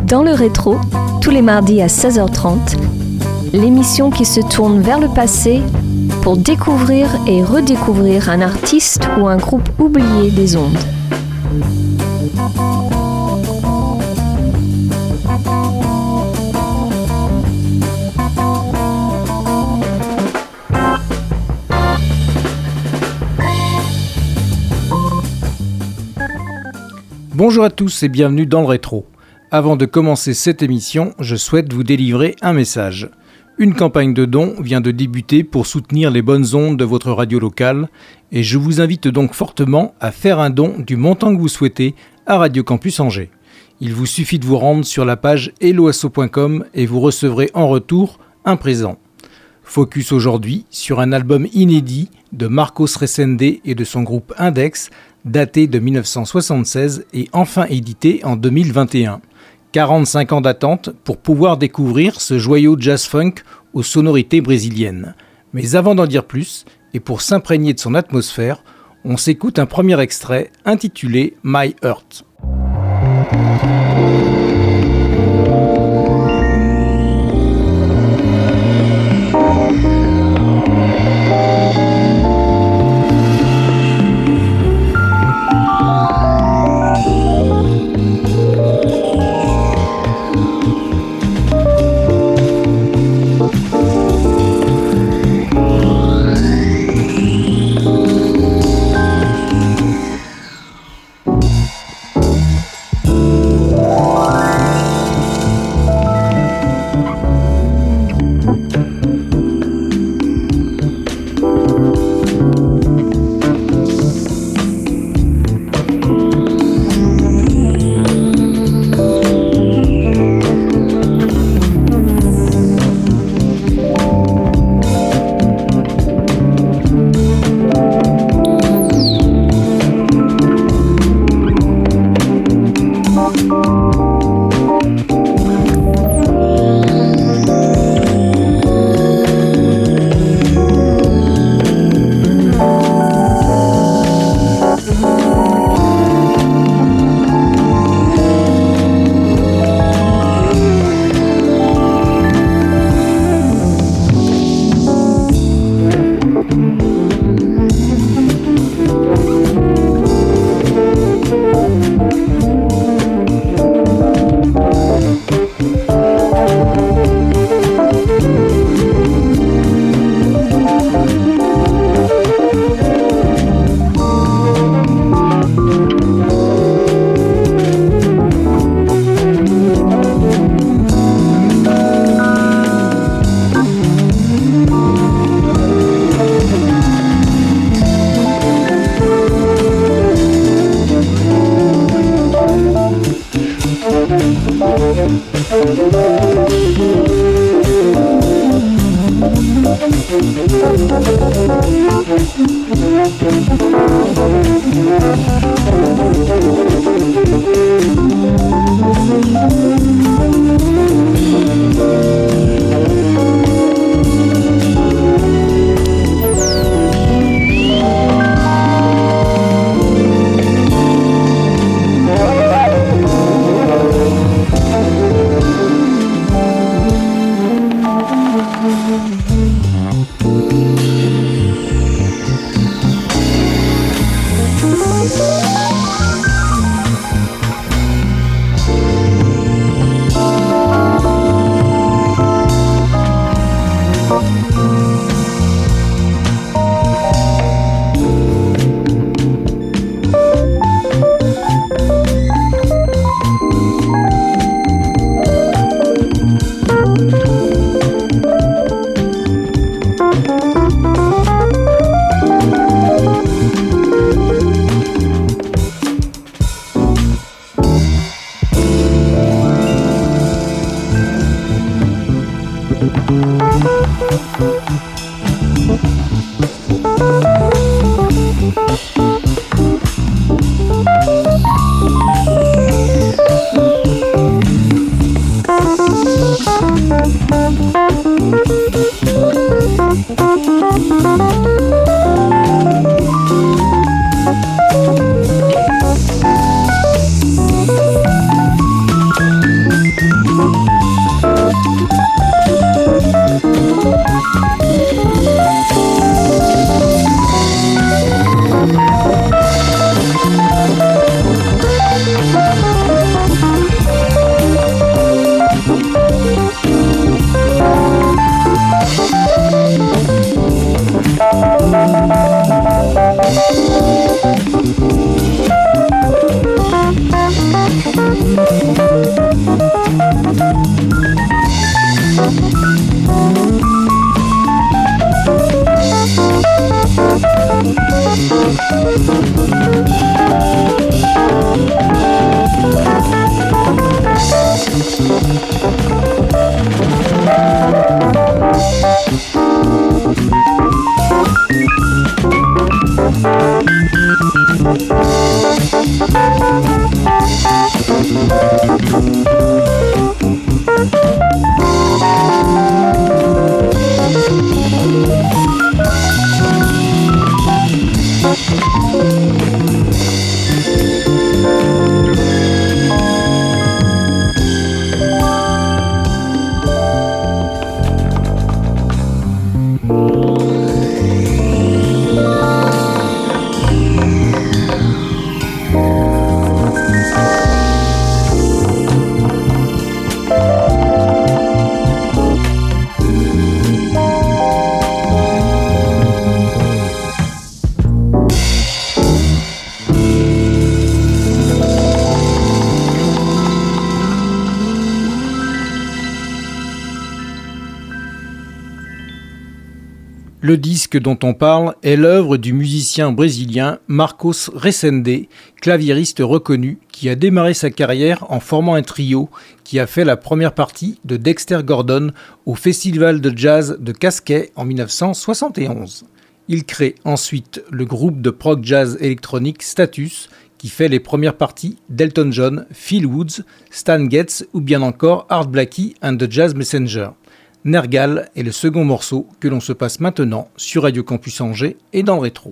Dans le rétro, tous les mardis à 16h30, l'émission qui se tourne vers le passé pour découvrir et redécouvrir un artiste ou un groupe oublié des ondes. Bonjour à tous et bienvenue dans le rétro. Avant de commencer cette émission, je souhaite vous délivrer un message. Une campagne de dons vient de débuter pour soutenir les bonnes ondes de votre radio locale et je vous invite donc fortement à faire un don du montant que vous souhaitez à Radio Campus Angers. Il vous suffit de vous rendre sur la page helloasso.com et vous recevrez en retour un présent. Focus aujourd'hui sur un album inédit de Marcos Resende et de son groupe Index, daté de 1976 et enfin édité en 2021. 45 ans d'attente pour pouvoir découvrir ce joyau jazz-funk aux sonorités brésiliennes. Mais avant d'en dire plus, et pour s'imprégner de son atmosphère, on s'écoute un premier extrait intitulé My Heart. Le disque dont on parle est l'œuvre du musicien brésilien Marcos Resende, claviériste reconnu, qui a démarré sa carrière en formant un trio qui a fait la première partie de Dexter Gordon au Festival de Jazz de Cascais en 1971. Il crée ensuite le groupe de prog jazz électronique Status, qui fait les premières parties d'Elton John, Phil Woods, Stan Getz ou bien encore Art Blakey and the Jazz Messenger. Nergal est le second morceau que l'on se passe maintenant sur Radio Campus Angers et dans le rétro.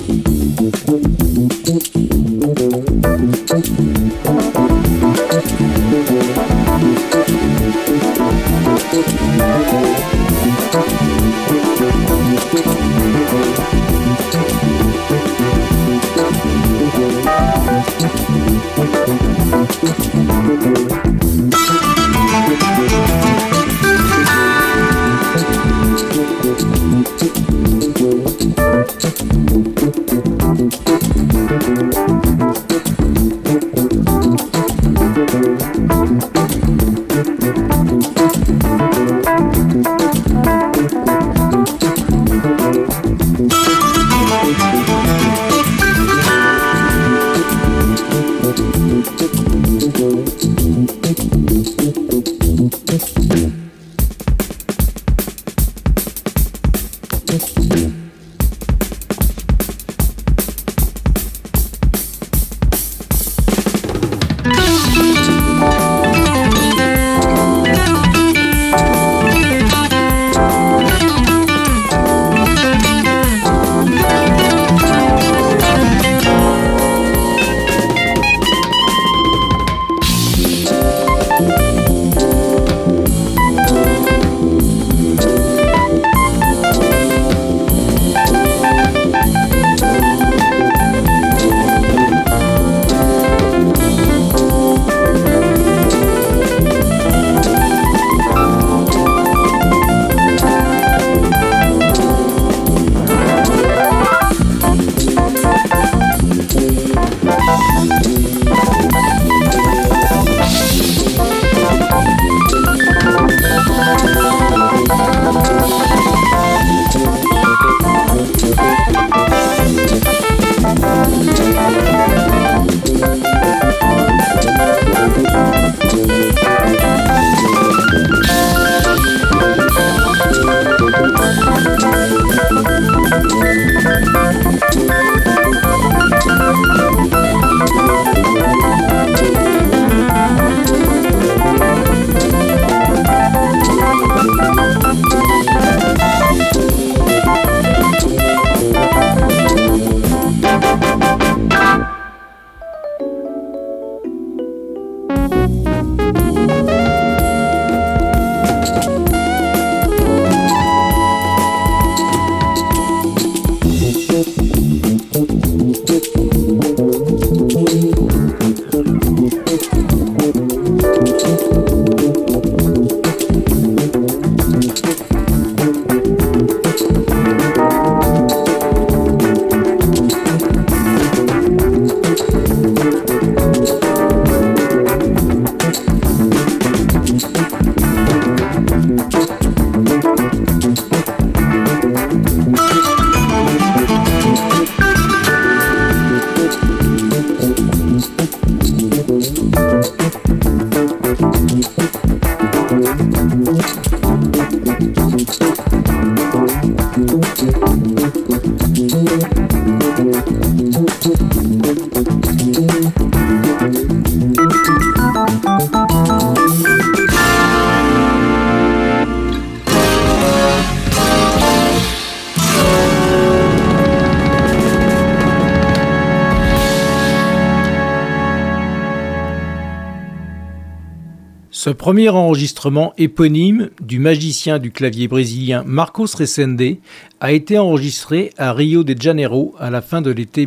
Ce premier enregistrement éponyme du magicien du clavier brésilien Marcos Resende a été enregistré à Rio de Janeiro à la fin de l'été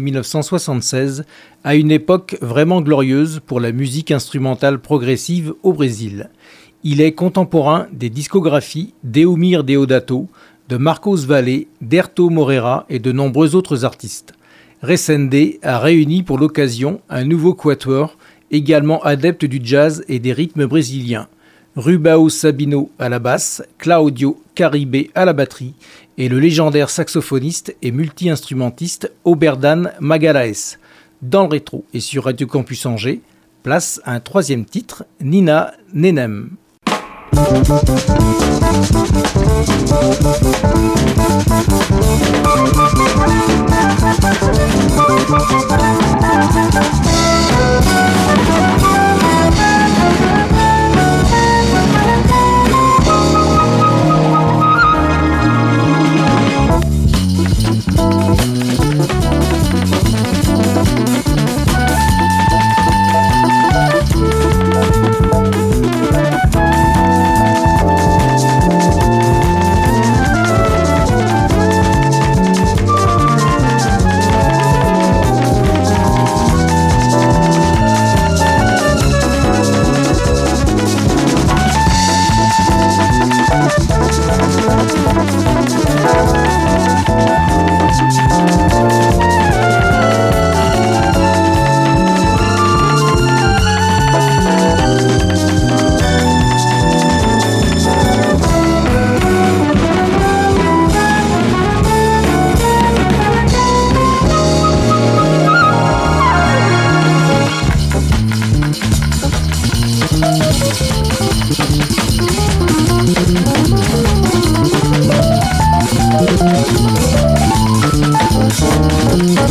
1976, à une époque vraiment glorieuse pour la musique instrumentale progressive au Brésil. Il est contemporain des discographies d'Eumir Deodato, de Marcos Valle, d'Herto Moreira et de nombreux autres artistes. Resende a réuni pour l'occasion un nouveau quatuor, également adepte du jazz et des rythmes brésiliens. Rubao Sabino à la basse, Claudio Caribe à la batterie et le légendaire saxophoniste et multi-instrumentiste Oberdan Magalhães. Dans le rétro et sur Radio Campus Angers, place à un troisième titre, Nina Nenem.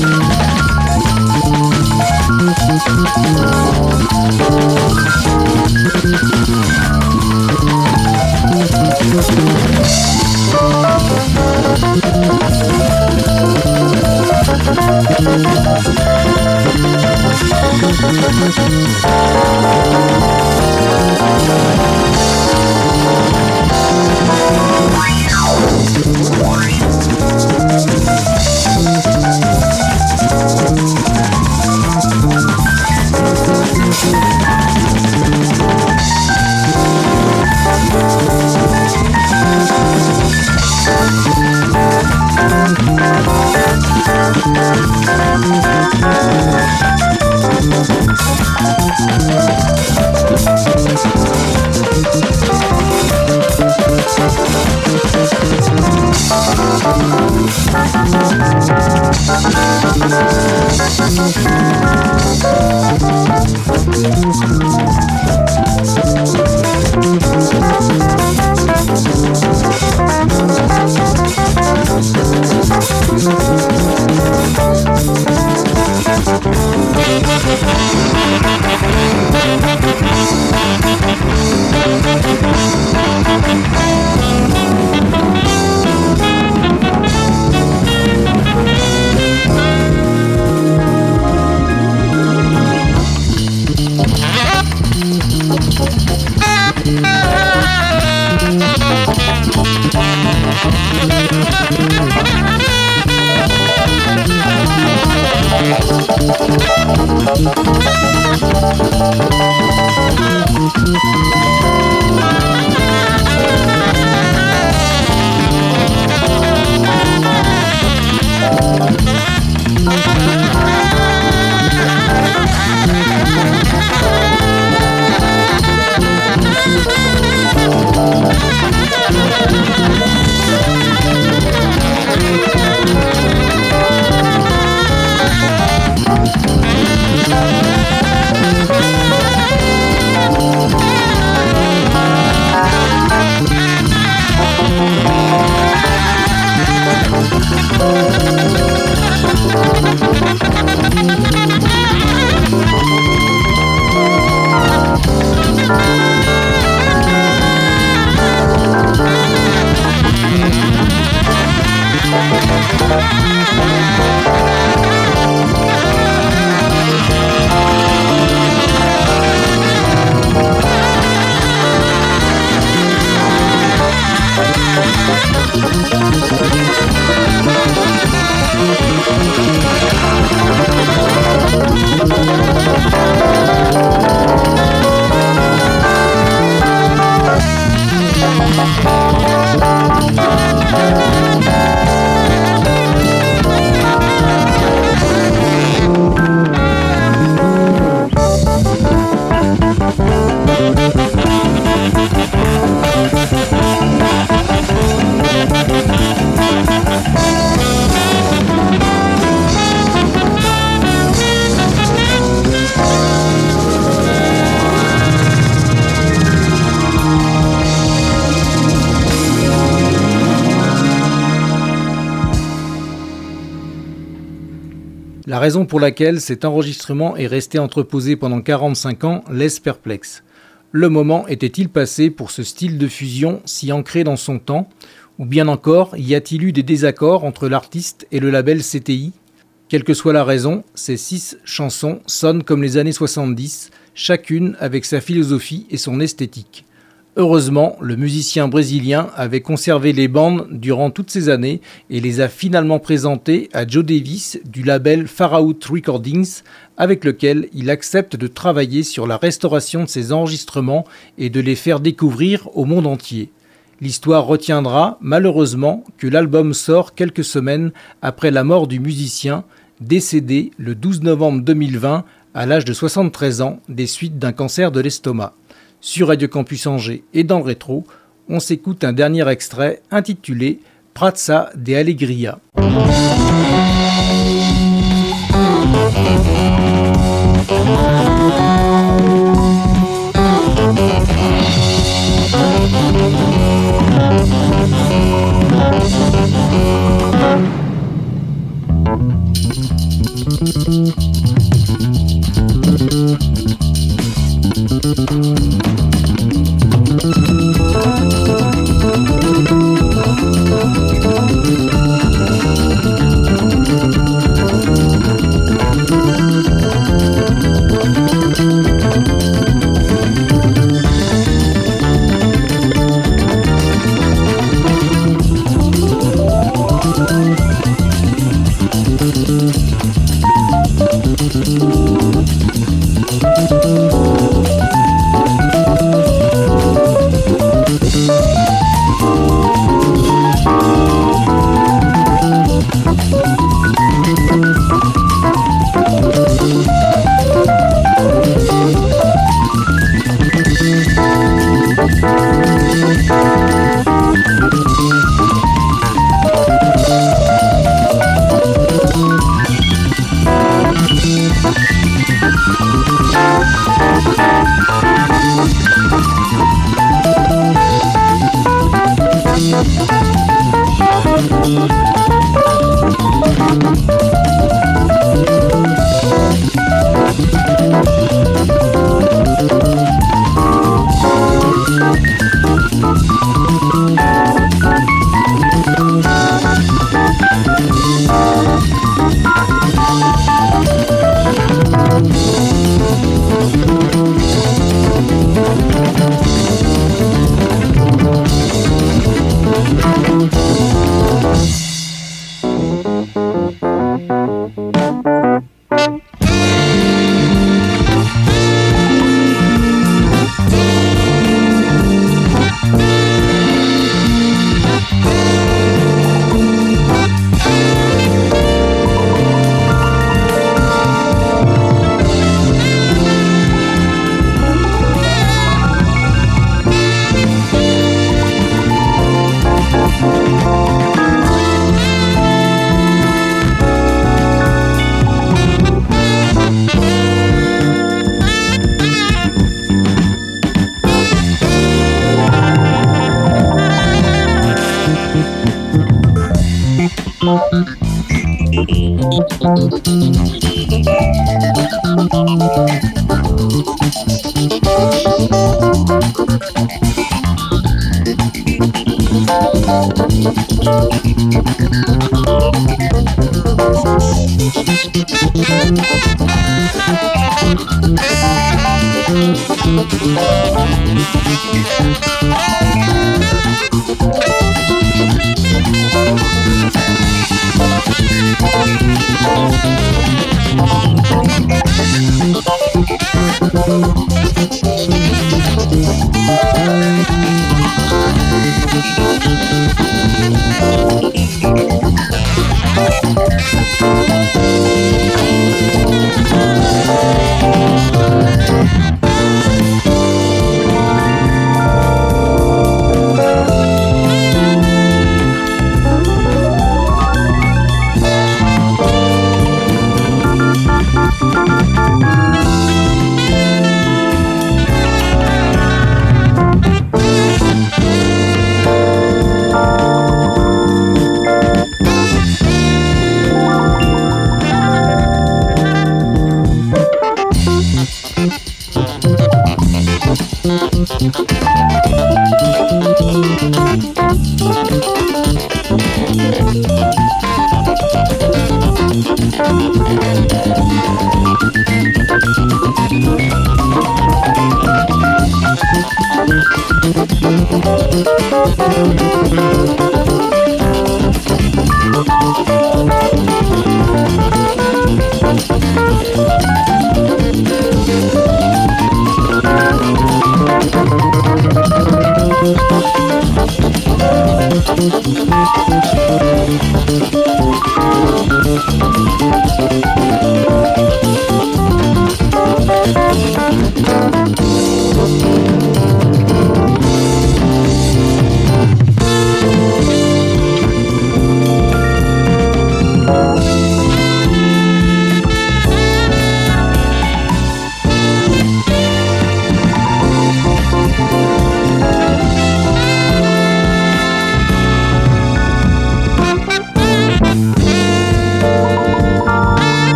La raison pour laquelle cet enregistrement est resté entreposé pendant 45 ans laisse perplexe. Le moment était-il passé pour ce style de fusion si ancré dans son temps? Ou bien encore, y a-t-il eu des désaccords entre l'artiste et le label CTI? Quelle que soit la raison, ces 6 chansons sonnent comme les années 70, chacune avec sa philosophie et son esthétique. Heureusement, le musicien brésilien avait conservé les bandes durant toutes ces années et les a finalement présentées à Joe Davis du label Far Out Recordings, avec lequel il accepte de travailler sur la restauration de ses enregistrements et de les faire découvrir au monde entier. L'histoire retiendra, malheureusement, que l'album sort quelques semaines après la mort du musicien, décédé le 12 novembre 2020 à l'âge de 73 ans des suites d'un cancer de l'estomac. Sur Radio Campus Angers et dans le rétro, on s'écoute un dernier extrait intitulé « Praça de Alegria ».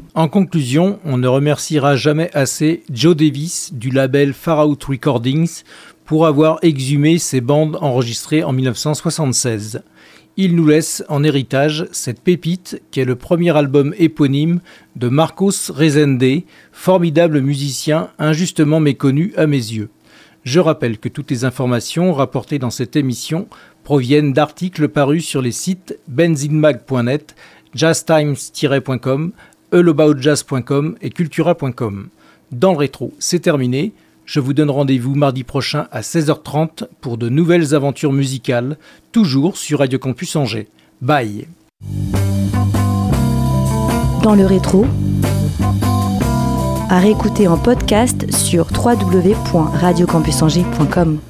En conclusion, on ne remerciera jamais assez Joe Davis du label Far Out Recordings pour avoir exhumé ces bandes enregistrées en 1976. Il nous laisse en héritage cette pépite qui est le premier album éponyme de Marcos Rezende, formidable musicien injustement méconnu à mes yeux. Je rappelle que toutes les informations rapportées dans cette émission proviennent d'articles parus sur les sites benzinmag.net, jazztimes-.com, allaboutjazz.com et cultura.com. Dans le rétro, c'est terminé. Je vous donne rendez-vous mardi prochain à 16h30 pour de nouvelles aventures musicales, toujours sur Radio Campus Angers. Bye. Dans le rétro, à réécouter en podcast sur www.radiocampusangers.com.